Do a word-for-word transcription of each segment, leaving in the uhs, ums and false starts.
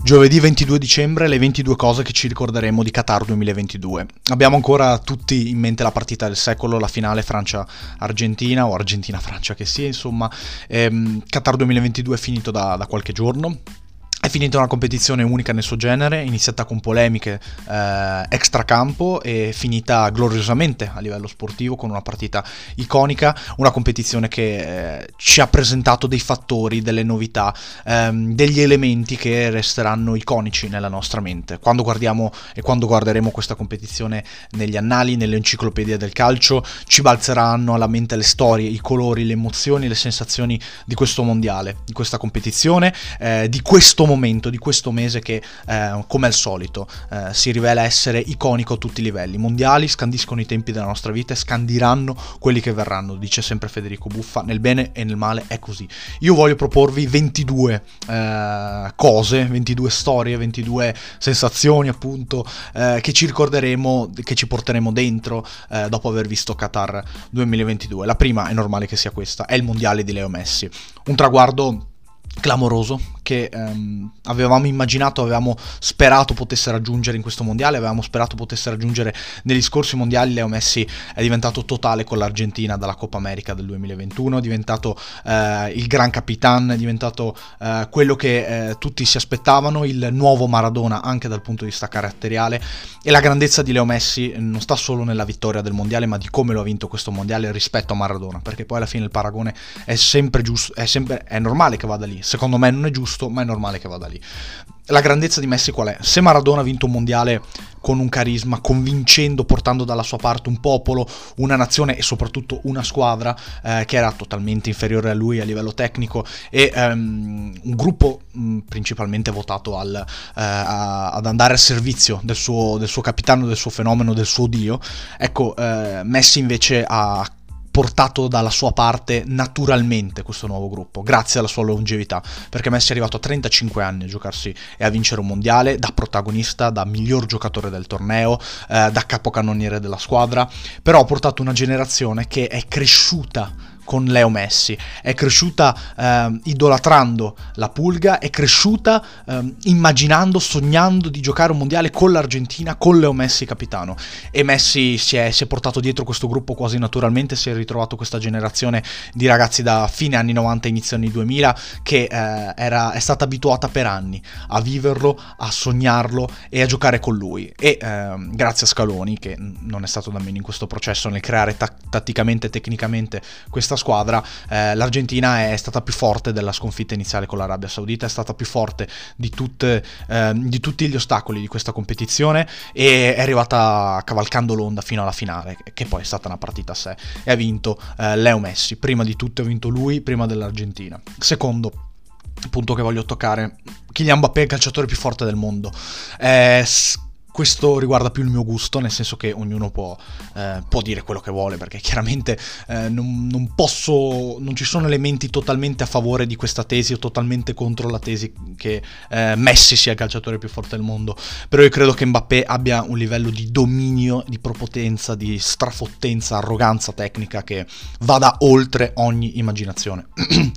Giovedì ventidue dicembre, le ventidue cose che ci ricorderemo di Qatar duemilaventidue. Abbiamo ancora tutti in mente la partita del secolo, la finale Francia-Argentina, o Argentina-Francia che sia, insomma. Ehm, Qatar duemilaventidue è finito da, da qualche giorno. È finita una competizione unica nel suo genere, iniziata con polemiche eh, extracampo e finita gloriosamente a livello sportivo con una partita iconica, una competizione che eh, ci ha presentato dei fattori, delle novità, ehm, degli elementi che resteranno iconici nella nostra mente. Quando guardiamo e quando guarderemo questa competizione negli annali, nelle enciclopedie del calcio, ci balzeranno alla mente le storie, i colori, le emozioni, le sensazioni di questo mondiale, di questa competizione, eh, di questo momento momento di questo mese che eh, come al solito eh, si rivela essere iconico a tutti i livelli. Mondiali scandiscono i tempi della nostra vita e scandiranno quelli che verranno, dice sempre Federico Buffa. Nel bene e nel male è così. Io voglio proporvi ventidue eh, cose, ventidue storie, ventidue sensazioni appunto eh, che ci ricorderemo, che ci porteremo dentro eh, dopo aver visto Qatar duemilaventidue. La prima, è normale che sia questa, è il mondiale di Leo Messi, un traguardo clamoroso che ehm, avevamo immaginato, avevamo sperato potesse raggiungere in questo mondiale, avevamo sperato potesse raggiungere negli scorsi mondiali. Leo Messi è diventato totale con l'Argentina dalla Coppa America del duemilaventuno, è diventato eh, il gran capitan, è diventato eh, quello che eh, tutti si aspettavano, il nuovo Maradona anche dal punto di vista caratteriale. E la grandezza di Leo Messi non sta solo nella vittoria del mondiale, ma di come lo ha vinto questo mondiale rispetto a Maradona, perché poi alla fine il paragone è sempre giusto, è sempre è normale che vada lì. Secondo me non è giusto, ma è normale che vada lì. La grandezza di Messi qual è? Se Maradona ha vinto un mondiale con un carisma, convincendo, portando dalla sua parte un popolo, una nazione e soprattutto una squadra eh, che era totalmente inferiore a lui a livello tecnico e um, un gruppo mh, principalmente votato al, uh, a, ad andare al servizio del suo, del suo capitano, del suo fenomeno, del suo dio. Ecco, uh, Messi invece ha portato dalla sua parte naturalmente questo nuovo gruppo, grazie alla sua longevità, perché Messi è arrivato a trentacinque anni a giocarsi e a vincere un mondiale, da protagonista, da miglior giocatore del torneo, eh, da capocannoniere della squadra, però ha portato una generazione che è cresciuta con Leo Messi, è cresciuta eh, idolatrando la Pulga, è cresciuta eh, immaginando, sognando di giocare un mondiale con l'Argentina, con Leo Messi capitano. E Messi si è, si è portato dietro questo gruppo quasi naturalmente, si è ritrovato questa generazione di ragazzi da fine anni novanta, inizio anni duemila, che eh, era, è stata abituata per anni a viverlo, a sognarlo e a giocare con lui. E eh, grazie a Scaloni, che non è stato da meno in questo processo nel creare ta- tatticamente e tecnicamente questa squadra, eh, l'Argentina è stata più forte della sconfitta iniziale con l'Arabia Saudita, è stata più forte di, tutte, eh, di tutti gli ostacoli di questa competizione e è arrivata cavalcando l'onda fino alla finale, che poi è stata una partita a sé, e ha vinto eh, Leo Messi. Prima di tutto ha vinto lui, prima dell'Argentina. Secondo punto che voglio toccare, Kylian Mbappé è il calciatore più forte del mondo. Eh, Questo riguarda più il mio gusto, nel senso che ognuno può, eh, può dire quello che vuole, perché chiaramente eh, non, non posso, non ci sono elementi totalmente a favore di questa tesi o totalmente contro la tesi che eh, Messi sia il calciatore più forte del mondo, però io credo che Mbappé abbia un livello di dominio, di prepotenza, di strafottenza, arroganza tecnica che vada oltre ogni immaginazione.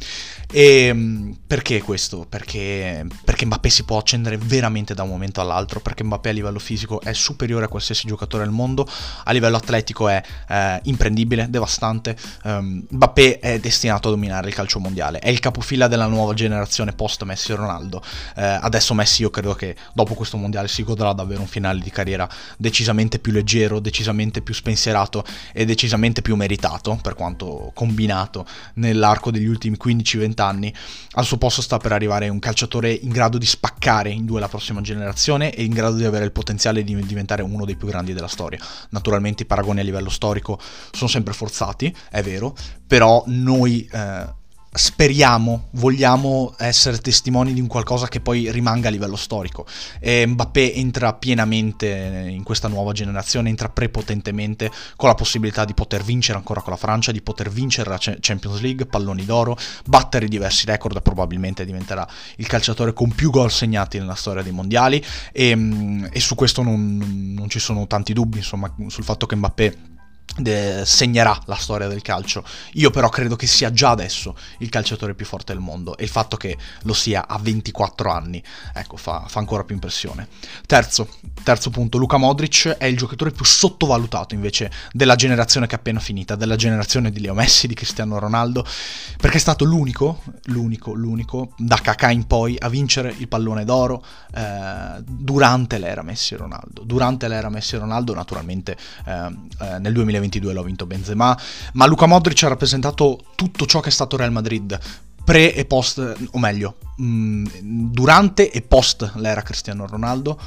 E perché questo? Perché, perché Mbappé si può accendere veramente da un momento all'altro, perché Mbappé a livello fisico è superiore a qualsiasi giocatore al mondo, a livello atletico è eh, imprendibile, devastante. um, Mbappé è destinato a dominare il calcio mondiale, è il capofila della nuova generazione post Messi e Ronaldo. eh, adesso Messi, io credo che dopo questo mondiale si godrà davvero un finale di carriera decisamente più leggero, decisamente più spensierato e decisamente più meritato, per quanto combinato nell'arco degli ultimi quindici venti anni. Al suo posto sta per arrivare un calciatore in grado di spaccare in due la prossima generazione e in grado di avere il potenziale di diventare uno dei più grandi della storia. Naturalmente i paragoni a livello storico sono sempre forzati, è vero, però noi eh, speriamo, vogliamo essere testimoni di un qualcosa che poi rimanga a livello storico. E Mbappé entra pienamente in questa nuova generazione, entra prepotentemente, con la possibilità di poter vincere ancora con la Francia, di poter vincere la Champions League, palloni d'oro, battere diversi record, probabilmente diventerà il calciatore con più gol segnati nella storia dei mondiali, e, e su questo non, non ci sono tanti dubbi, insomma, sul fatto che Mbappé De, segnerà la storia del calcio. Io però credo che sia già adesso il calciatore più forte del mondo, e il fatto che lo sia a ventiquattro anni, ecco, fa, fa ancora più impressione. Terzo, terzo punto, Luka Modric è il giocatore più sottovalutato invece della generazione che è appena finita, della generazione di Leo Messi, di Cristiano Ronaldo, perché è stato l'unico, l'unico, l'unico, da Kaká in poi, a vincere il pallone d'oro eh, durante l'era Messi e Ronaldo. Durante l'era Messi e Ronaldo, naturalmente eh, eh, nel duemilaventidue l'ha vinto Benzema, ma Luka Modric ha rappresentato tutto ciò che è stato Real Madrid pre e post, o meglio, mh, durante e post l'era Cristiano Ronaldo.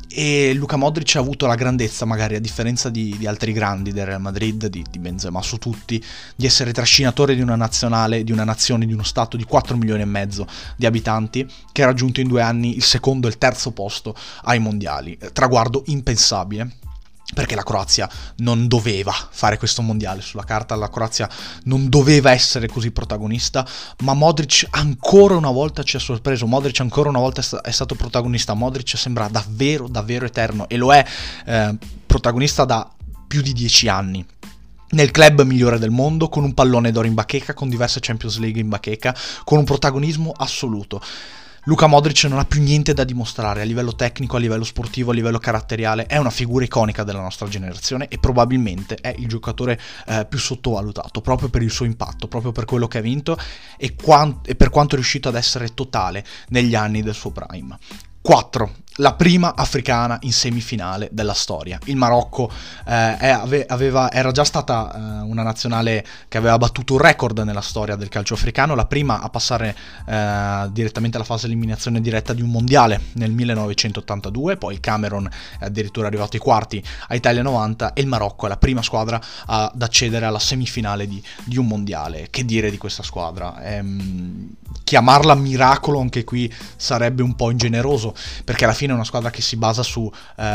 E Luka Modric ha avuto la grandezza, magari a differenza di, di altri grandi del Real Madrid, di, di Benzema su tutti, di essere trascinatore di una nazionale, di una nazione, di uno stato di quattro milioni e mezzo di abitanti, che ha raggiunto in due anni il secondo e il terzo posto ai mondiali. Traguardo impensabile, perché la Croazia non doveva fare questo mondiale. Sulla carta la Croazia non doveva essere così protagonista, ma Modric ancora una volta ci ha sorpreso. Modric ancora una volta è stato protagonista. Modric sembra davvero, davvero eterno, e lo è eh, protagonista da più di dieci anni. Nel club migliore del mondo, con un pallone d'oro in bacheca, con diverse Champions League in bacheca, con un protagonismo assoluto. Luka Modric non ha più niente da dimostrare a livello tecnico, a livello sportivo, a livello caratteriale. È una figura iconica della nostra generazione e probabilmente è il giocatore eh, più sottovalutato, proprio per il suo impatto, proprio per quello che ha vinto e, quant- e per quanto è riuscito ad essere totale negli anni del suo prime. quattro. La prima africana in semifinale della storia. Il Marocco eh, è, ave, aveva, era già stata eh, una nazionale che aveva battuto un record nella storia del calcio africano, la prima a passare eh, direttamente alla fase eliminazione diretta di un mondiale nel millenovecentottantadue, poi il Camerun è addirittura arrivato ai quarti a Italia novanta, e il Marocco è la prima squadra ad accedere alla semifinale di, di un mondiale. Che dire di questa squadra? Ehm, chiamarla miracolo anche qui sarebbe un po' ingeneroso, perché alla fine è una squadra che si basa su,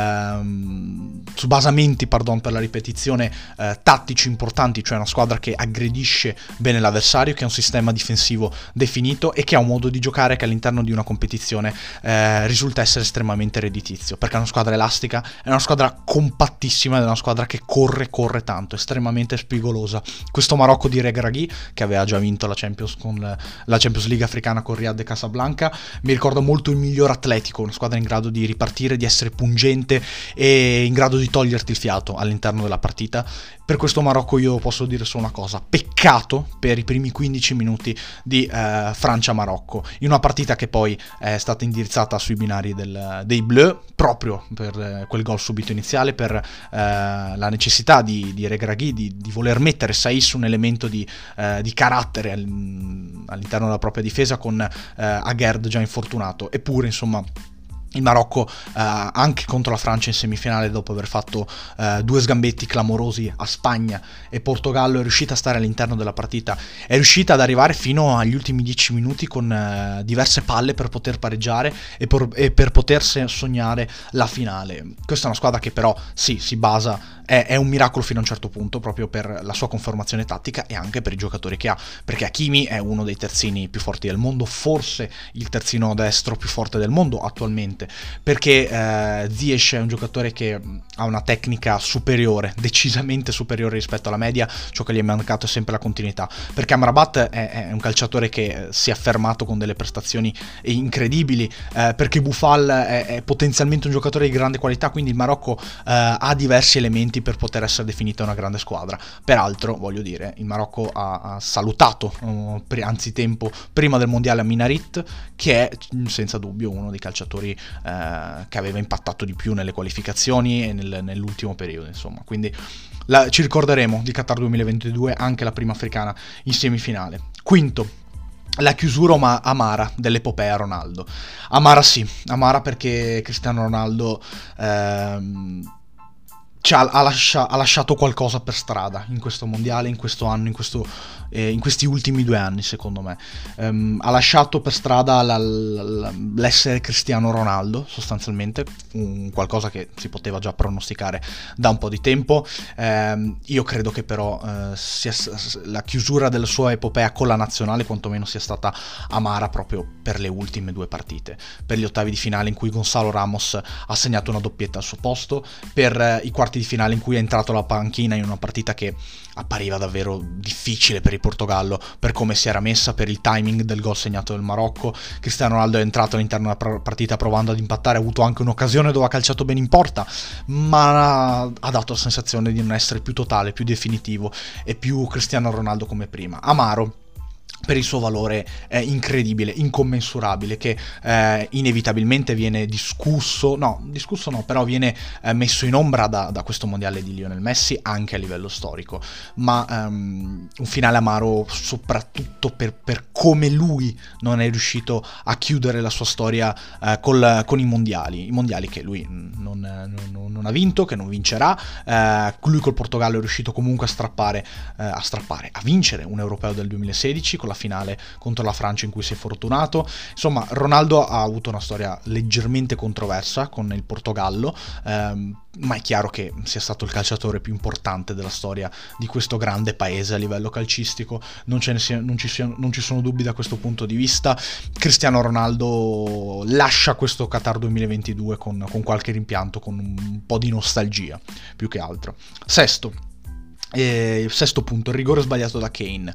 ehm, su basamenti, pardon per la ripetizione, eh, tattici importanti, cioè una squadra che aggredisce bene l'avversario, che ha un sistema difensivo definito e che ha un modo di giocare che all'interno di una competizione eh, risulta essere estremamente redditizio, perché è una squadra elastica, è una squadra compattissima, è una squadra che corre, corre tanto, estremamente spigolosa. Questo Marocco di Regragui, che aveva già vinto la Champions, con la Champions League africana con Riyad e Casablanca, mi ricorda molto il miglior atletico, una squadra in grado di ripartire, di essere pungente e in grado di toglierti il fiato all'interno della partita. Per questo Marocco io posso dire solo una cosa: peccato per i primi quindici minuti di eh, Francia-Marocco, in una partita che poi è stata indirizzata sui binari del, dei Bleu, proprio per eh, quel gol subito iniziale, per eh, la necessità di, di Regragui di, di voler mettere Saiss un elemento di, eh, di carattere all'interno della propria difesa, con eh, Aguerd già infortunato. Eppure, insomma, il Marocco eh, anche contro la Francia in semifinale, dopo aver fatto eh, due sgambetti clamorosi a Spagna e Portogallo, è riuscita a stare all'interno della partita, è riuscita ad arrivare fino agli ultimi dieci minuti con eh, diverse palle per poter pareggiare e, por- e per potersi sognare la finale. Questa è una squadra che però sì, si basa, è, è un miracolo fino a un certo punto, proprio per la sua conformazione tattica e anche per i giocatori che ha, perché Hakimi è uno dei terzini più forti del mondo, forse il terzino destro più forte del mondo attualmente, perché eh, Ziyech è un giocatore che ha una tecnica superiore, decisamente superiore rispetto alla media. Ciò che gli è mancato è sempre la continuità, perché Amrabat è, è un calciatore che si è affermato con delle prestazioni incredibili, eh, perché Boufal è, è potenzialmente un giocatore di grande qualità, quindi il Marocco eh, ha diversi elementi per poter essere definita una grande squadra. Peraltro, voglio dire, il Marocco ha, ha salutato uh, pre- anzitempo, prima del mondiale, Amin Harit, che è senza dubbio uno dei calciatori eh, che aveva impattato di più nelle qualificazioni e nel, nell'ultimo periodo, insomma. Quindi la, ci ricorderemo di Qatar duemilaventidue, anche la prima africana in semifinale. Quinto, la chiusura ma amara dell'epopea Ronaldo. Amara sì, amara perché Cristiano Ronaldo ehm, ci ha, ha, lascia, ha lasciato qualcosa per strada in questo mondiale, in questo anno, in, questo, eh, in questi ultimi due anni, secondo me. Um, ha lasciato per strada la, la, l'essere Cristiano Ronaldo, sostanzialmente, un, qualcosa che si poteva già pronosticare da un po' di tempo. Um, io credo che però uh, sia, la chiusura della sua epopea con la nazionale quantomeno sia stata amara proprio per le ultime due partite, per gli ottavi di finale in cui Gonzalo Ramos ha segnato una doppietta al suo posto, per uh, i quarti quarti di finale in cui è entrato alla panchina in una partita che appariva davvero difficile per il Portogallo, per come si era messa, per il timing del gol segnato dal Marocco. Cristiano Ronaldo è entrato all'interno della partita provando ad impattare, ha avuto anche un'occasione dove ha calciato bene in porta, ma ha dato la sensazione di non essere più totale, più definitivo e più Cristiano Ronaldo come prima. Amaro, per il suo valore eh, incredibile, incommensurabile, che eh, inevitabilmente viene discusso, no, discusso no, però viene eh, messo in ombra da, da questo mondiale di Lionel Messi anche a livello storico, ma um, un finale amaro soprattutto per, per come lui non è riuscito a chiudere la sua storia eh, col, con i mondiali, i mondiali che lui non, non, non ha vinto, che non vincerà. Eh, lui col Portogallo è riuscito comunque a strappare, eh, a strappare, a vincere un europeo del duemilasedici con la finale contro la Francia in cui si è fortunato. Insomma, Ronaldo ha avuto una storia leggermente controversa con il Portogallo, ehm, ma è chiaro che sia stato il calciatore più importante della storia di questo grande paese a livello calcistico, non, ce ne sia, non, ci, sia, non ci sono dubbi da questo punto di vista. Cristiano Ronaldo lascia questo Qatar duemilaventidue con, con qualche rimpianto, con un po' di nostalgia più che altro. Sesto, eh, sesto punto, il rigore sbagliato da Kane.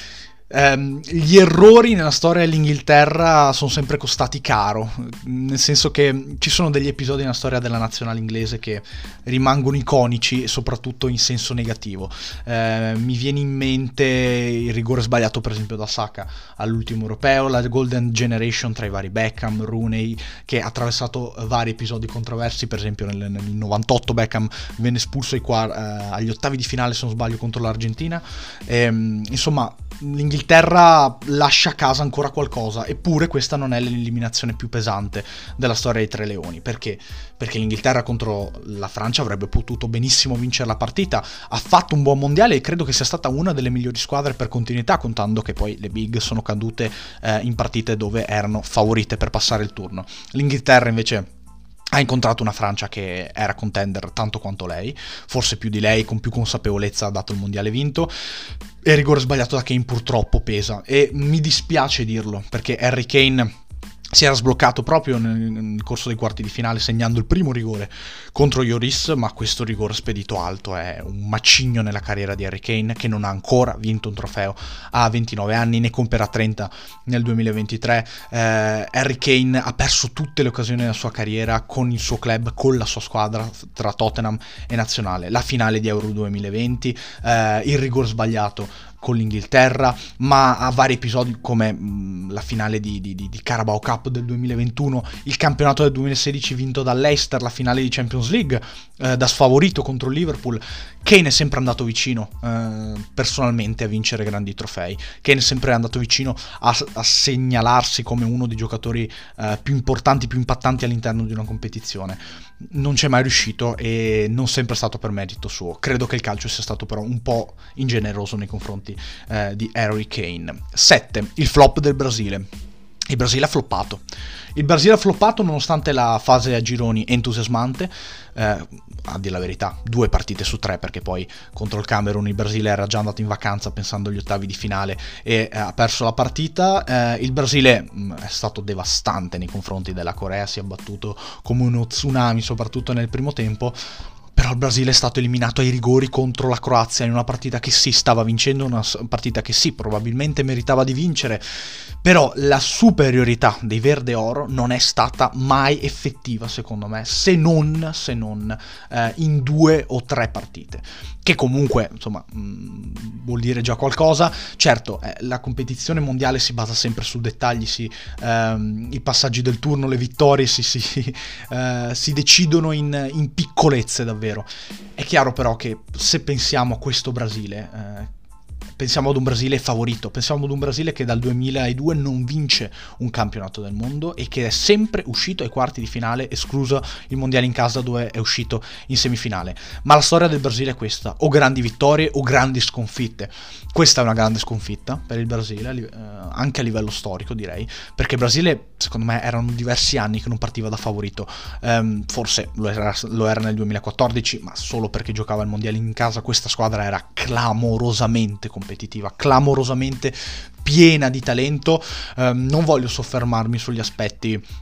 Um, gli errori nella storia dell'Inghilterra sono sempre costati caro, nel senso che ci sono degli episodi nella storia della nazionale inglese che rimangono iconici, soprattutto in senso negativo. Uh, mi viene in mente il rigore sbagliato per esempio da Saka all'ultimo europeo, la Golden Generation tra i vari Beckham, Rooney, che ha attraversato vari episodi controversi. Per esempio nel, nel novantotto Beckham venne espulso ai quar- uh, agli ottavi di finale, se non sbaglio, contro l'Argentina. Um, insomma, l'Inghilterra lascia a casa ancora qualcosa, eppure questa non è l'eliminazione più pesante della storia dei Tre Leoni. Perché? Perché l'Inghilterra contro la Francia avrebbe potuto benissimo vincere la partita, ha fatto un buon mondiale e credo che sia stata una delle migliori squadre per continuità, contando che poi le big sono cadute eh, in partite dove erano favorite per passare il turno. L'Inghilterra invece ha incontrato una Francia che era contender tanto quanto lei, forse più di lei, con più consapevolezza dato il mondiale vinto, e il rigore sbagliato da Kane purtroppo pesa, e mi dispiace dirlo, perché Harry Kane si era sbloccato proprio nel, nel corso dei quarti di finale segnando il primo rigore contro Lloris, ma questo rigore spedito alto è un macigno nella carriera di Harry Kane, che non ha ancora vinto un trofeo a ventinove anni, ne compierà trenta nel duemilaventitré. eh, Harry Kane ha perso tutte le occasioni della sua carriera con il suo club, con la sua squadra, tra Tottenham e Nazionale, la finale di Euro duemilaventi, eh, il rigore sbagliato con l'Inghilterra, ma ha vari episodi come mh, la finale di, di, di Carabao Cup del duemilaventuno, il campionato del duemilasedici vinto dall'Leicester, la finale di Champions League eh, da sfavorito contro il Liverpool. Kane è sempre andato vicino eh, personalmente a vincere grandi trofei, Kane è sempre andato vicino a, a segnalarsi come uno dei giocatori eh, più importanti, più impattanti all'interno di una competizione. Non c'è mai riuscito e non sempre è stato per merito suo. Credo che il calcio sia stato però un po' ingeneroso nei confronti eh, di Harry Kane. sette. Il flop del Brasile. Il Brasile ha floppato. Il Brasile ha floppato nonostante la fase a gironi entusiasmante, eh, a dire la verità, due partite su tre, perché poi contro il Camerun il Brasile era già andato in vacanza pensando agli ottavi di finale e eh, ha perso la partita. Eh, il Brasile mh, è stato devastante nei confronti della Corea, si è abbattuto come uno tsunami, soprattutto nel primo tempo. Però il Brasile è stato eliminato ai rigori contro la Croazia in una partita che sì, stava vincendo, una partita che sì, probabilmente meritava di vincere, però la superiorità dei verde oro non è stata mai effettiva, secondo me, se non, se non eh, in due o tre partite, che comunque, insomma, mh, vuol dire già qualcosa. Certo, eh, la competizione mondiale si basa sempre su dettagli, si, ehm, i passaggi del turno, le vittorie si, si, eh, si decidono in, in piccolezze davvero. È chiaro però che se pensiamo a questo Brasile, eh, pensiamo ad un Brasile favorito, pensiamo ad un Brasile che dal duemiladue non vince un campionato del mondo e che è sempre uscito ai quarti di finale, escluso il mondiale in casa dove è uscito in semifinale. Ma la storia del Brasile è questa: o grandi vittorie o grandi sconfitte. Questa è una grande sconfitta per il Brasile, eh, anche a livello storico direi, perché il Brasile secondo me erano diversi anni che non partiva da favorito. Um, forse lo era, lo era nel duemilaquattordici, ma solo perché giocava il mondiale in casa. Questa squadra era clamorosamente competitiva, clamorosamente piena di talento. Um, non voglio soffermarmi sugli aspetti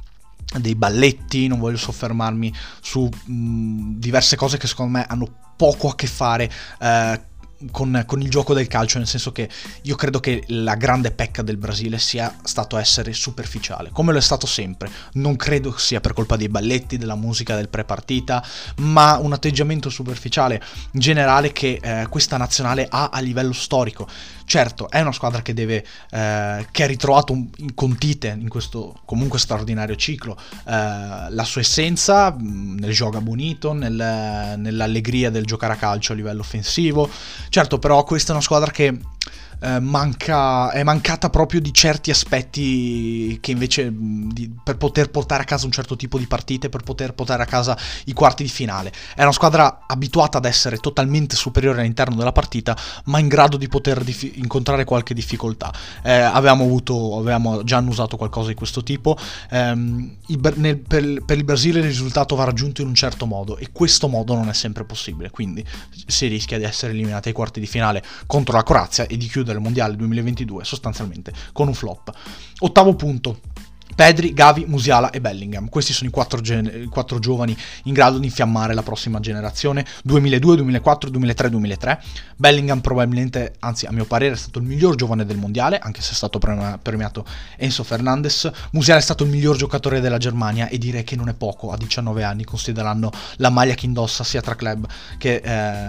dei balletti, non voglio soffermarmi su mh, diverse cose che secondo me hanno poco a che fare eh, Con, con il gioco del calcio, nel senso che io credo che la grande pecca del Brasile sia stato essere superficiale, come lo è stato sempre. Non credo sia per colpa dei balletti, della musica, del pre-partita, ma un atteggiamento superficiale generale che eh, questa nazionale ha a livello storico. Certo, è una squadra che deve eh, che ha ritrovato un, con Tite in questo comunque straordinario ciclo eh, la sua essenza mh, nel gioco bonito, nel, nell'allegria del giocare a calcio a livello offensivo. Certo, però questa è una squadra che eh, manca, è mancata proprio di certi aspetti che invece mh, di, per poter portare a casa un certo tipo di partite, per poter portare a casa i quarti di finale. È una squadra abituata ad essere totalmente superiore all'interno della partita, ma in grado di poter dif- incontrare qualche difficoltà. Eh, avevamo avuto, avevamo già annusato qualcosa di questo tipo. Ehm, il, nel, per, per il Brasile il risultato va raggiunto in un certo modo, e questo modo non è sempre possibile, quindi si rischia di essere eliminati ai quarti di finale contro la Croazia e di chiudere il mondiale duemilaventidue sostanzialmente con un flop. Ottavo punto: Pedri, Gavi, Musiala e Bellingham. Questi sono i quattro, gen- quattro giovani in grado di infiammare la prossima generazione duemiladue, duemilaquattro, duemilatré, duemilatré. Bellingham probabilmente, anzi a mio parere, è stato il miglior giovane del mondiale, anche se è stato premi- premiato Enzo Fernandez. Musiala è stato il miglior giocatore della Germania, e direi che non è poco a diciannove anni, considerando la maglia che indossa sia tra club che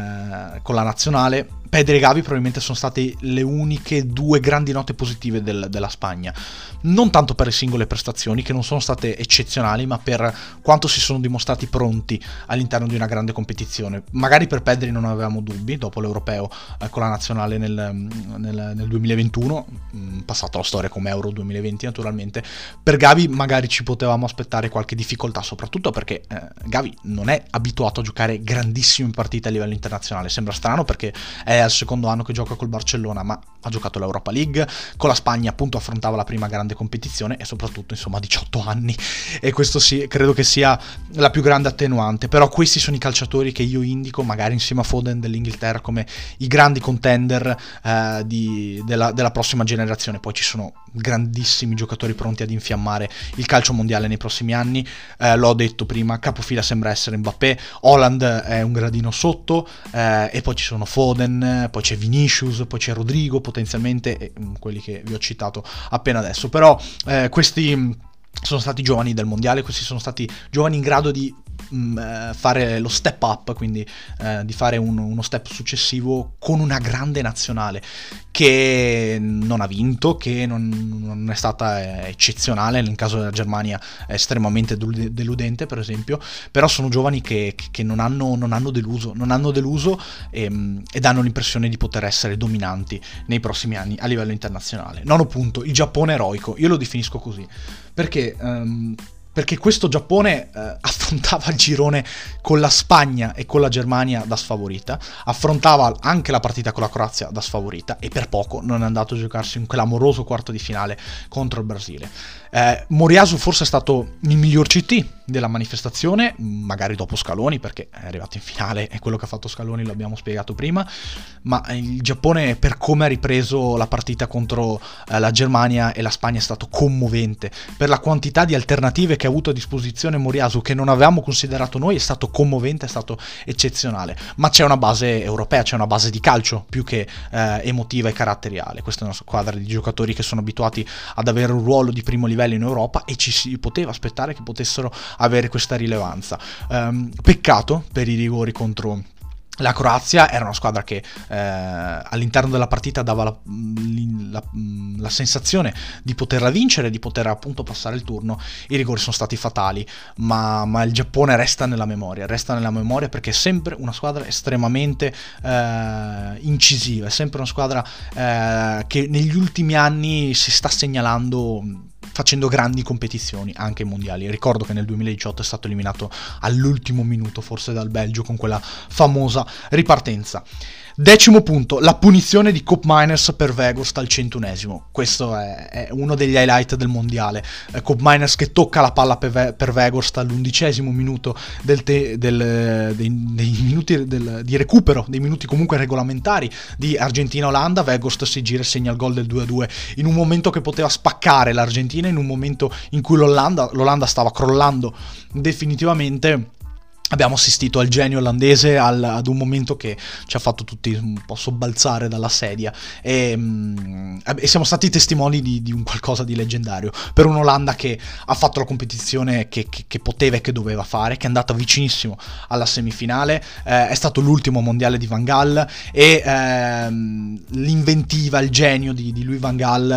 eh, con la nazionale. Pedri e Gavi probabilmente sono state le uniche due grandi note positive del, della Spagna, non tanto per le singole prestazioni, che non sono state eccezionali, ma per quanto si sono dimostrati pronti all'interno di una grande competizione. Magari per Pedri non avevamo dubbi dopo l'Europeo eh, con la nazionale nel, nel, nel duemilaventuno, mh, passato la storia come Euro duemilaventi naturalmente. Per Gavi magari ci potevamo aspettare qualche difficoltà, soprattutto perché eh, Gavi non è abituato a giocare grandissime partite a livello internazionale. Sembra strano perché è al secondo anno che gioca col Barcellona, ma ha giocato l'Europa League, con la Spagna appunto affrontava la prima grande competizione, e soprattutto insomma a diciotto anni, e questo sì, credo che sia la più grande attenuante. Però questi sono i calciatori che io indico, magari insieme a Foden dell'Inghilterra, come i grandi contender eh, di, della, della prossima generazione. Poi ci sono grandissimi giocatori pronti ad infiammare il calcio mondiale nei prossimi anni. Eh, l'ho detto prima, capofila sembra essere Mbappé, Haaland è un gradino sotto, eh, e poi ci sono Foden, poi c'è Vinicius, poi c'è Rodrigo potenzialmente, e mh, quelli che vi ho citato appena adesso. Però eh, questi mh, sono stati giovani del mondiale, questi sono stati giovani in grado di mh, fare lo step up, quindi eh, di fare un, uno step successivo con una grande nazionale che non ha vinto, che non, non è stata eccezionale, nel caso della Germania è estremamente deludente per esempio, però sono giovani che, che non, hanno, non hanno deluso, non hanno deluso e, e danno l'impressione di poter essere dominanti nei prossimi anni a livello internazionale. Nono punto: il Giappone eroico. Io lo definisco così perché... Um, perché questo Giappone eh, affrontava il girone con la Spagna e con la Germania da sfavorita, affrontava anche la partita con la Croazia da sfavorita, e per poco non è andato a giocarsi un clamoroso quarto di finale contro il Brasile. Eh, Moriyasu forse è stato il miglior C T della manifestazione, magari dopo Scaloni, perché è arrivato in finale, e quello che ha fatto Scaloni lo abbiamo spiegato prima, ma il Giappone, per come ha ripreso la partita contro eh, la Germania e la Spagna, è stato commovente. Per la quantità di alternative che ha avuto a disposizione Moriyasu, che non avevamo considerato noi, è stato commovente, è stato eccezionale. Ma c'è una base europea, c'è una base di calcio più che eh, emotiva e caratteriale. Questa è una squadra di giocatori che sono abituati ad avere un ruolo di primo livello in Europa, e ci si poteva aspettare che potessero avere questa rilevanza. Um, peccato per i rigori contro la Croazia. Era una squadra che eh, all'interno della partita dava la, la, la sensazione di poterla vincere, di poter appunto passare il turno. I rigori sono stati fatali, ma, ma il Giappone resta nella memoria, resta nella memoria perché è sempre una squadra estremamente eh, incisiva, è sempre una squadra eh, che negli ultimi anni si sta segnalando facendo grandi competizioni anche mondiali. Ricordo che nel duemiladiciotto è stato eliminato all'ultimo minuto forse dal Belgio con quella famosa ripartenza. Decimo punto, la punizione di Koop Meiners per Weghorst al centunesimo. Questo è, è uno degli highlight del mondiale. Eh, Koop Meiners che tocca la palla per, Ve- per Weghorst all'undicesimo minuto del te- del, dei, dei minuti del, di recupero, dei minuti comunque regolamentari di Argentina-Olanda. Weghorst si gira e segna il gol del due a due in un momento che poteva spaccare l'Argentina, in un momento in cui l'Olanda, l'Olanda stava crollando definitivamente. Abbiamo assistito al genio olandese, al, ad un momento che ci ha fatto tutti un po' sobbalzare dalla sedia e, mm, e siamo stati testimoni di, di un qualcosa di leggendario per un'Olanda che ha fatto la competizione che, che, che poteva e che doveva fare, che è andata vicinissimo alla semifinale, eh, è stato l'ultimo mondiale di Van Gaal e ehm, l'inventiva, il genio di, di Louis Van Gaal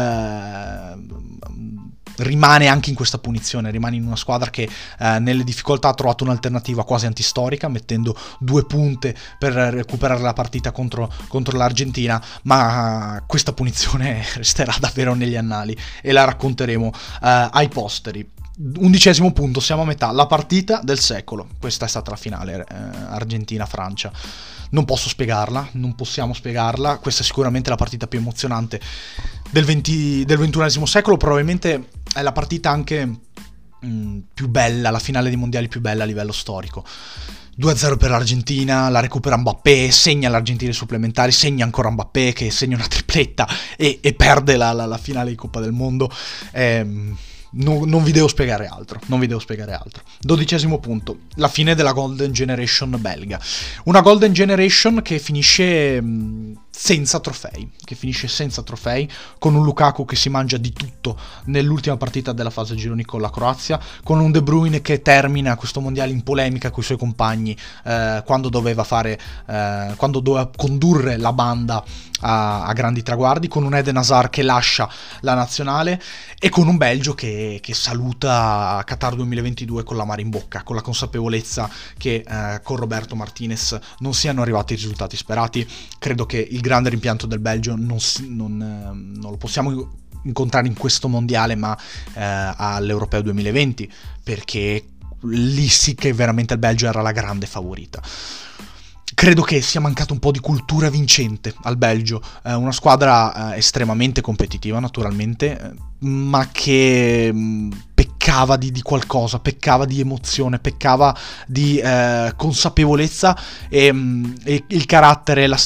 eh, rimane anche in questa punizione, rimane in una squadra che eh, nelle difficoltà ha trovato un'alternativa quasi antistorica, mettendo due punte per recuperare la partita contro, contro l'Argentina, ma uh, questa punizione resterà davvero negli annali e la racconteremo uh, ai posteri. Undicesimo punto, siamo a metà, la partita del secolo. Questa è stata la finale, eh, Argentina-Francia. Non posso spiegarla, non possiamo spiegarla. Questa è sicuramente la partita più emozionante del, venti, del ventunesimo secolo. Probabilmente è la partita anche mh, più bella, la finale dei mondiali più bella a livello storico. due a zero per l'Argentina, la recupera Mbappé, segna l'Argentina ai supplementari, segna ancora Mbappé che segna una tripletta e, e perde la, la, la finale di Coppa del Mondo. Ehm... No, non vi devo spiegare altro, non vi devo spiegare altro. Dodicesimo punto, la fine della Golden Generation belga. Una Golden Generation che finisce mh, senza trofei, che finisce senza trofei, con un Lukaku che si mangia di tutto nell'ultima partita della fase gironi con la Croazia, con un De Bruyne che termina questo mondiale in polemica con i suoi compagni eh, quando doveva fare, eh, quando doveva condurre la banda a, a grandi traguardi, con un Eden Hazard che lascia la nazionale e con un Belgio che, che saluta Qatar duemilaventidue con l'amaro in bocca, con la consapevolezza che eh, con Roberto Martinez non siano arrivati i risultati sperati. Credo che il grande rimpianto del Belgio non, si, non, eh, non lo possiamo incontrare in questo mondiale, ma eh, all'Europeo duemilaventi, perché lì sì che veramente il Belgio era la grande favorita. Credo che sia mancato un po' di cultura vincente al Belgio, eh, una squadra eh, estremamente competitiva naturalmente, eh, ma che mh, peccava di, di qualcosa, peccava di emozione, peccava di eh, consapevolezza e, mh, e il carattere, la,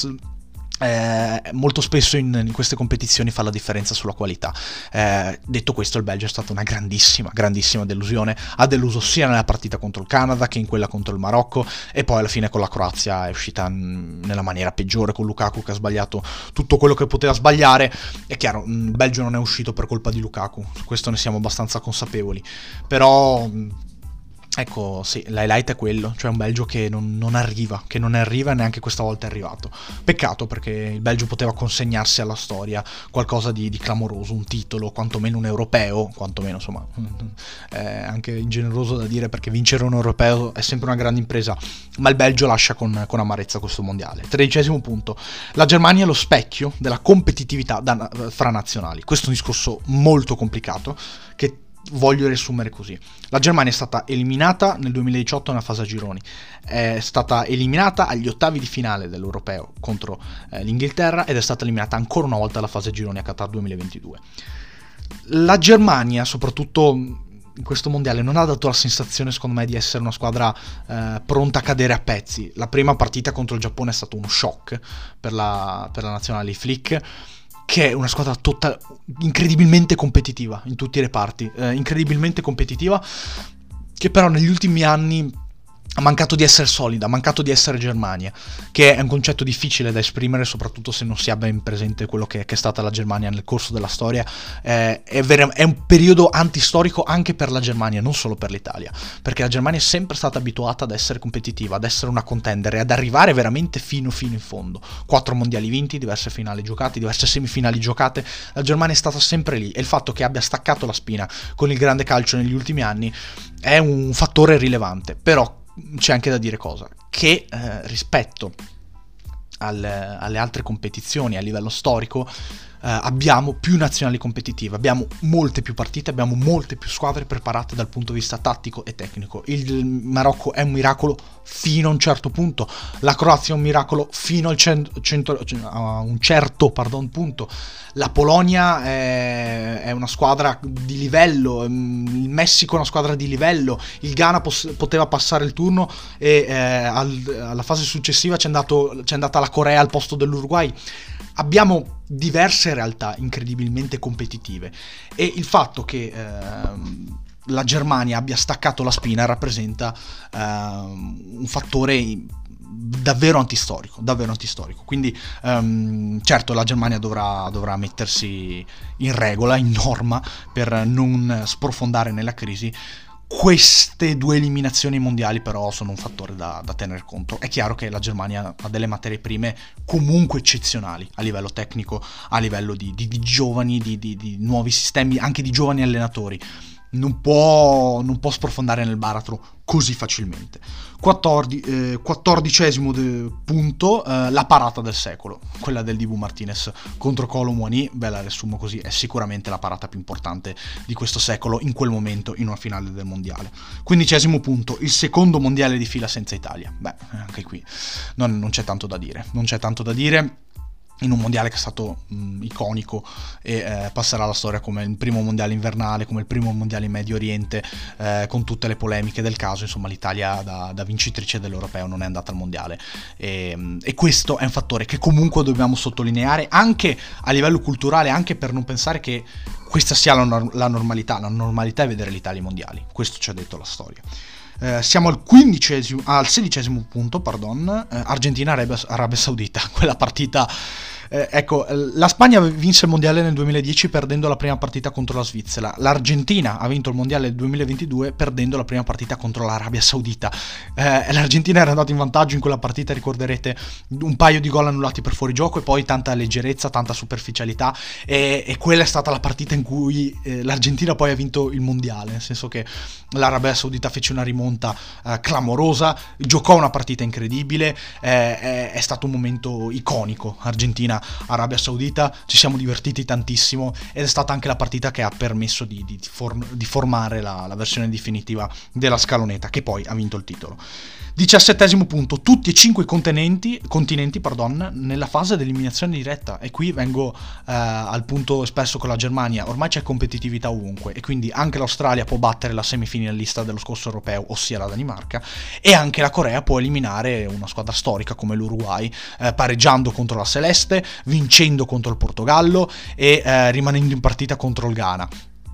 eh, molto spesso in, in queste competizioni fa la differenza sulla qualità. Eh, detto questo, il Belgio è stata una grandissima, grandissima delusione, ha deluso sia nella partita contro il Canada che in quella contro il Marocco e poi alla fine con la Croazia è uscita n- nella maniera peggiore, con Lukaku che ha sbagliato tutto quello che poteva sbagliare. È chiaro, il Belgio non è uscito per colpa di Lukaku, su questo ne siamo abbastanza consapevoli, però ecco, sì, l'highlight è quello, cioè un Belgio che non, non arriva, che non arriva e neanche questa volta è arrivato. Peccato, perché il Belgio poteva consegnarsi alla storia qualcosa di, di clamoroso, un titolo, quantomeno un europeo, quantomeno insomma, è anche ingeneroso da dire perché vincere un europeo è sempre una grande impresa, ma il Belgio lascia con, con amarezza questo mondiale. Tredicesimo punto, la Germania è lo specchio della competitività da, fra nazionali. Questo è un discorso molto complicato che voglio riassumere così. La Germania è stata eliminata nel duemiladiciotto nella fase a gironi, è stata eliminata agli ottavi di finale dell'Europeo contro eh, l'Inghilterra ed è stata eliminata ancora una volta alla fase a gironi a Qatar duemilaventidue. La Germania, soprattutto in questo mondiale, non ha dato la sensazione, secondo me, di essere una squadra eh, pronta a cadere a pezzi. La prima partita contro il Giappone è stato uno shock per la, per la nazionale di Flick, che è una squadra total, incredibilmente competitiva in tutti i reparti, eh, incredibilmente competitiva, che però negli ultimi anni ha mancato di essere solida, ha mancato di essere Germania, che è un concetto difficile da esprimere, soprattutto se non si ha ben presente quello che, che è stata la Germania nel corso della storia. Eh, è, ver- è un periodo antistorico anche per la Germania, non solo per l'Italia, perché la Germania è sempre stata abituata ad essere competitiva, ad essere una contender e ad arrivare veramente fino fino in fondo. Quattro mondiali vinti, diverse finali giocate, diverse semifinali giocate, la Germania è stata sempre lì, e il fatto che abbia staccato la spina con il grande calcio negli ultimi anni è un fattore rilevante. Però c'è anche da dire cosa, che eh, rispetto al, alle altre competizioni a livello storico, abbiamo più nazionali competitive, abbiamo molte più partite, abbiamo molte più squadre preparate dal punto di vista tattico e tecnico. Il Marocco è un miracolo fino a un certo punto, la Croazia è un miracolo fino al cento, cento, a un certo pardon, punto. La Polonia è, è una squadra di livello, il Messico è una squadra di livello, il Ghana pos- poteva passare il turno e eh, al, alla fase successiva c'è, andato, c'è andata la Corea al posto dell'Uruguay. Abbiamo diverse realtà incredibilmente competitive e il fatto che eh, la Germania abbia staccato la spina rappresenta eh, un fattore davvero antistorico, davvero antistorico. Quindi um, certo la Germania dovrà, dovrà mettersi in regola, in norma, per non sprofondare nella crisi. Queste due eliminazioni mondiali però sono un fattore da, da tener conto. È chiaro che la Germania ha delle materie prime comunque eccezionali a livello tecnico, a livello di, di, di giovani, di, di, di nuovi sistemi, anche di giovani allenatori. Non può, non può sprofondare nel baratro così facilmente. Quattordi, eh, quattordicesimo de, punto, eh, la parata del secolo, quella del Dibu Martinez contro Kolo Muani. Ve la riassumo così, è sicuramente la parata più importante di questo secolo in quel momento in una finale del mondiale. Quindicesimo punto, il secondo mondiale di fila senza Italia. Beh, anche qui non, non c'è tanto da dire, non c'è tanto da dire. In un mondiale che è stato mh, iconico e eh, passerà alla storia come il primo mondiale invernale, come il primo mondiale in Medio Oriente, eh, con tutte le polemiche del caso. Insomma, l'Italia da, da vincitrice dell'Europeo non è andata al mondiale e, e questo è un fattore che comunque dobbiamo sottolineare anche a livello culturale, anche per non pensare che questa sia la, la normalità. La normalità è vedere l'Italia ai mondiali, questo ci ha detto la storia. Eh, siamo al quindicesimo, al sedicesimo punto, pardon, eh, Argentina-Arabia Arabia Saudita, quella partita. Eh, ecco, la Spagna vinse il mondiale nel duemiladieci perdendo la prima partita contro la Svizzera. L'Argentina ha vinto il mondiale nel duemilaventidue perdendo la prima partita contro l'Arabia Saudita. Eh, L'Argentina era andata in vantaggio in quella partita, ricorderete, un paio di gol annullati per fuorigioco e poi tanta leggerezza, tanta superficialità e, e quella è stata la partita in cui eh, l'Argentina poi ha vinto il mondiale, nel senso che l'Arabia Saudita fece una rimonta eh, clamorosa, giocò una partita incredibile, eh, è, è stato un momento iconico. Argentina Arabia Saudita, ci siamo divertiti tantissimo ed è stata anche la partita che ha permesso di, di, form- di formare la, la versione definitiva della scaloneta, che poi ha vinto il titolo. Diciassettesimo punto, tutti e cinque i continenti, continenti pardon, nella fase di eliminazione diretta, e qui vengo eh, al punto espresso con la Germania. Ormai c'è competitività ovunque e quindi anche l'Australia può battere la semifinalista dello scorso europeo, ossia la Danimarca, e anche la Corea può eliminare una squadra storica come l'Uruguay, eh, pareggiando contro la Celeste, vincendo contro il Portogallo e eh, rimanendo in partita contro il Ghana.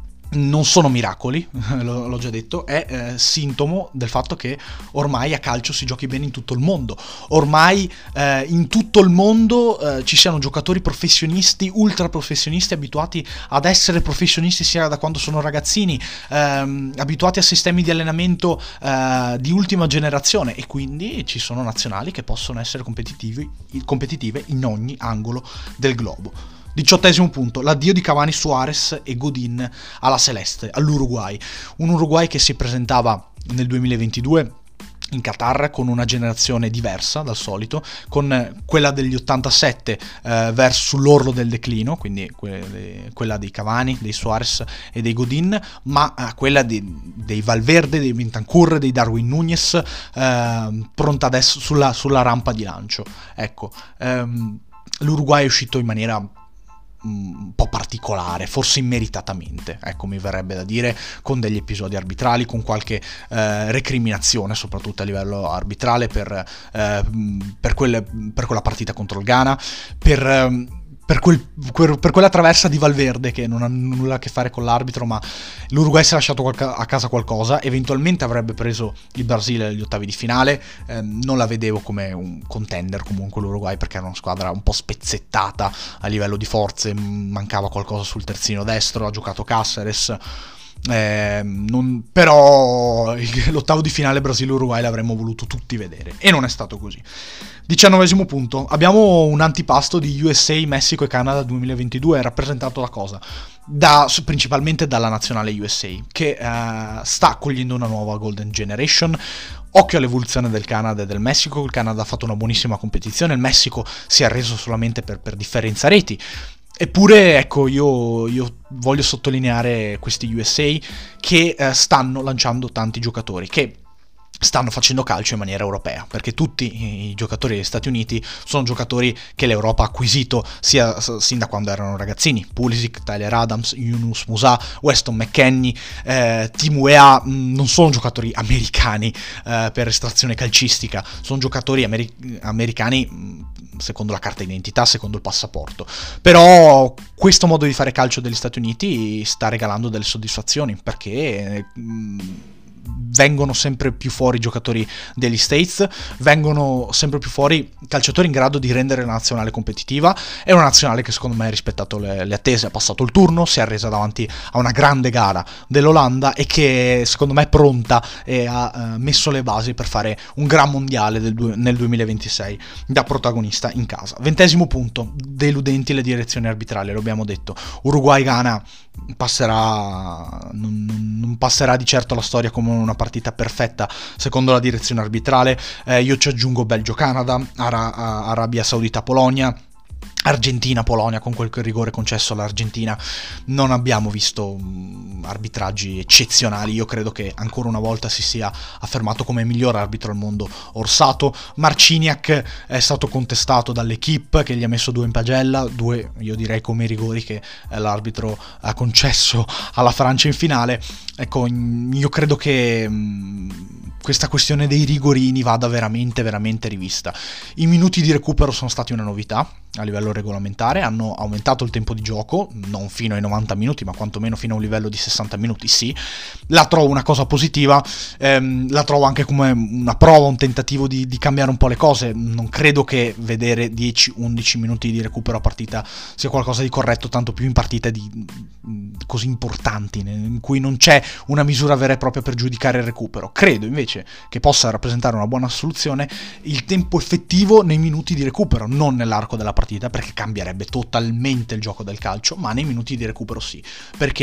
Non sono miracoli, l'ho già detto, è eh, sintomo del fatto che ormai a calcio si giochi bene in tutto il mondo. Ormai eh, in tutto il mondo eh, ci siano giocatori professionisti, ultra professionisti, abituati ad essere professionisti sia da quando sono ragazzini, ehm, abituati a sistemi di allenamento eh, di ultima generazione, e quindi ci sono nazionali che possono essere competitivi, competitive in ogni angolo del globo. Diciottesimo punto, l'addio di Cavani, Suarez e Godin alla Celeste, all'Uruguay. Un Uruguay che si presentava nel duemilaventidue in Qatar con una generazione diversa dal solito, con quella degli ottantasette eh, verso l'orlo del declino, quindi que- quella dei Cavani, dei Suarez e dei Godin, ma eh, quella di, dei Valverde, dei Bentancur, dei Darwin Núñez, eh, pronta adesso sulla, sulla rampa di lancio. Ecco, ehm, l'Uruguay è uscito in maniera un po' particolare, forse immeritatamente, ecco, mi verrebbe da dire, con degli episodi arbitrali, con qualche eh, recriminazione soprattutto a livello arbitrale per, eh, per, quelle, per quella partita contro il Ghana, per eh, Per, quel, per quella traversa di Valverde che non ha nulla a che fare con l'arbitro, ma l'Uruguay si è lasciato a casa qualcosa. Eventualmente avrebbe preso il Brasile agli ottavi di finale, eh, non la vedevo come un contender comunque l'Uruguay, perché era una squadra un po' spezzettata a livello di forze, mancava qualcosa sul terzino destro, ha giocato Cáceres. Eh, non, però l'ottavo di finale Brasile-Uruguay l'avremmo voluto tutti vedere e non è stato così. Diciannovesimo punto, abbiamo un antipasto di U S A, Messico e Canada duemilaventidue rappresentato da cosa? Da, principalmente dalla nazionale U S A, che eh, sta accogliendo una nuova Golden Generation. Occhio all'evoluzione del Canada e del Messico. Il Canada ha fatto una buonissima competizione, il Messico si è arreso solamente per, per differenza reti. Eppure, ecco, io, io voglio sottolineare questi U S A che eh, stanno lanciando tanti giocatori, che stanno facendo calcio in maniera europea, perché tutti i giocatori degli Stati Uniti sono giocatori che l'Europa ha acquisito sia sin da quando erano ragazzini. Pulisic, Tyler Adams, Yunus Musah, Weston McKennie, eh, Tim Weah, mh, non sono giocatori americani eh, per estrazione calcistica, sono giocatori ameri- americani mh, secondo la carta d'identità, secondo il passaporto. Però questo modo di fare calcio degli Stati Uniti sta regalando delle soddisfazioni, perché mh, vengono sempre più fuori i giocatori degli States, vengono sempre più fuori calciatori in grado di rendere la nazionale competitiva. È una nazionale che secondo me ha rispettato le, le attese, ha passato il turno, si è arresa davanti a una grande gara dell'Olanda e che secondo me è pronta e ha uh, messo le basi per fare un gran mondiale del du- nel duemilaventisei da protagonista in casa. Ventesimo punto, deludenti le direzioni arbitrali, lo abbiamo detto. Uruguay-Ghana passerà non, non passerà di certo la storia come una partita perfetta secondo la direzione arbitrale. Eh, io ci aggiungo Belgio-Canada, Ara- Arabia Saudita-Polonia, Argentina-Polonia con quel rigore concesso all'Argentina. Non abbiamo visto mh, arbitraggi eccezionali. Io credo che ancora una volta si sia affermato come miglior arbitro al mondo Orsato. Marciniak è stato contestato dall'equipe che gli ha messo due in pagella, due io direi come rigori che eh, l'arbitro ha concesso alla Francia in finale. Ecco, io credo che mh, questa questione dei rigorini vada veramente veramente rivista. I minuti di recupero sono stati una novità a livello regolamentare, hanno aumentato il tempo di gioco, non fino ai novanta minuti, ma quantomeno fino a un livello di sessanta minuti, sì. La trovo una cosa positiva, ehm, la trovo anche come una prova, un tentativo di, di cambiare un po' le cose. Non credo che vedere dieci undici minuti di recupero a partita sia qualcosa di corretto, tanto più in partite di, così importanti, in cui non c'è una misura vera e propria per giudicare il recupero. Credo invece che possa rappresentare una buona soluzione il tempo effettivo nei minuti di recupero, non nell'arco della partita, perché cambierebbe totalmente il gioco del calcio, ma nei minuti di recupero sì, perché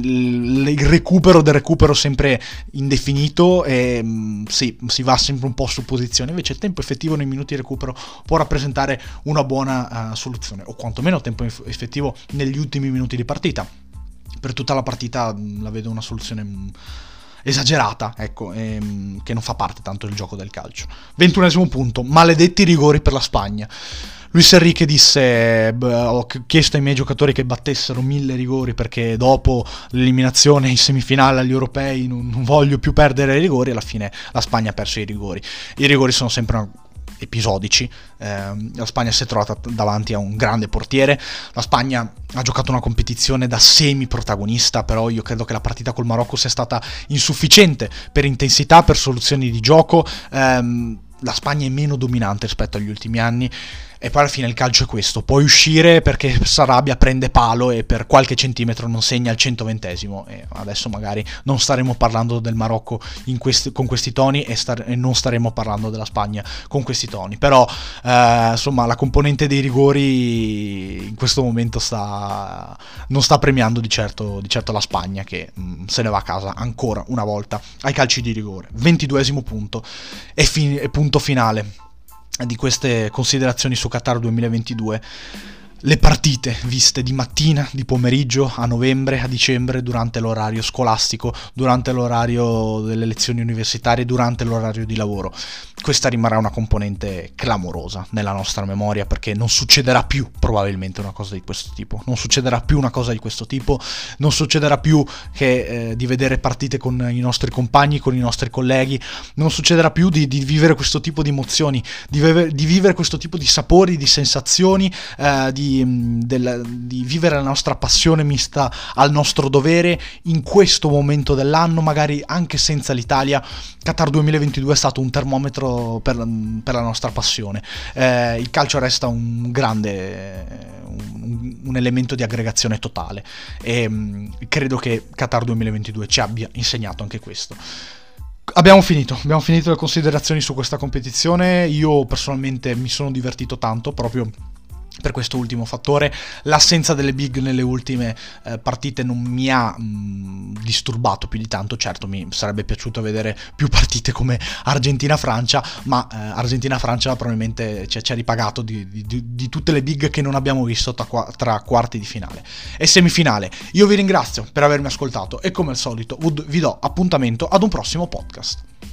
il recupero del recupero sempre indefinito e sì, si va sempre un po' su posizione. Invece il tempo effettivo nei minuti di recupero può rappresentare una buona uh, soluzione, o quantomeno tempo effettivo negli ultimi minuti di partita. Per tutta la partita la vedo una soluzione mh, esagerata, ecco, ehm, che non fa parte tanto del gioco del calcio. Ventunesimo punto, maledetti rigori per la Spagna. Luis Enrique disse: ho chiesto ai miei giocatori che battessero mille rigori perché dopo l'eliminazione in semifinale agli europei non, non voglio più perdere i rigori. Alla fine la Spagna ha perso i rigori. I rigori sono sempre una episodici. Eh, la Spagna si è trovata davanti a un grande portiere. La Spagna ha giocato una competizione da semi protagonista, però io credo che la partita col Marocco sia stata insufficiente per intensità, per soluzioni di gioco. Eh, la Spagna è meno dominante rispetto agli ultimi anni. E poi alla fine il calcio è questo: puoi uscire perché Sarabia prende palo e per qualche centimetro non segna al centoventesimo. E adesso magari non staremo parlando del Marocco in questi, con questi toni e, star, e non staremo parlando della Spagna con questi toni. Però eh, insomma la componente dei rigori in questo momento sta, non sta premiando di certo, di certo la Spagna, che mh, se ne va a casa ancora una volta ai calci di rigore. Ventiduesimo punto e, fin, e punto finale di queste considerazioni su Qatar duemilaventidue. Le partite viste di mattina, di pomeriggio, a novembre, a dicembre, durante l'orario scolastico, durante l'orario delle lezioni universitarie, durante l'orario di lavoro. Questa rimarrà una componente clamorosa nella nostra memoria, perché non succederà più probabilmente una cosa di questo tipo. Non succederà più una cosa di questo tipo, non succederà più che eh, di vedere partite con i nostri compagni, con i nostri colleghi, non succederà più di, di vivere questo tipo di emozioni, di, vive, di vivere questo tipo di sapori, di sensazioni, eh, di Del, di vivere la nostra passione mista al nostro dovere in questo momento dell'anno, magari anche senza l'Italia. Qatar duemilaventidue è stato un termometro per, per la nostra passione. Eh, il calcio resta un grande un, un elemento di aggregazione totale e mh, credo che Qatar duemilaventidue ci abbia insegnato anche questo. Abbiamo finito, abbiamo finito le considerazioni su questa competizione. Io personalmente mi sono divertito tanto, proprio per questo ultimo fattore. L'assenza delle big nelle ultime eh, partite non mi ha mh, disturbato più di tanto. Certo, mi sarebbe piaciuto vedere più partite come Argentina-Francia, ma eh, Argentina-Francia probabilmente ci, ci ha ripagato di, di, di tutte le big che non abbiamo visto tra, tra quarti di finale e semifinale. Io vi ringrazio per avermi ascoltato e come al solito vi do appuntamento ad un prossimo podcast.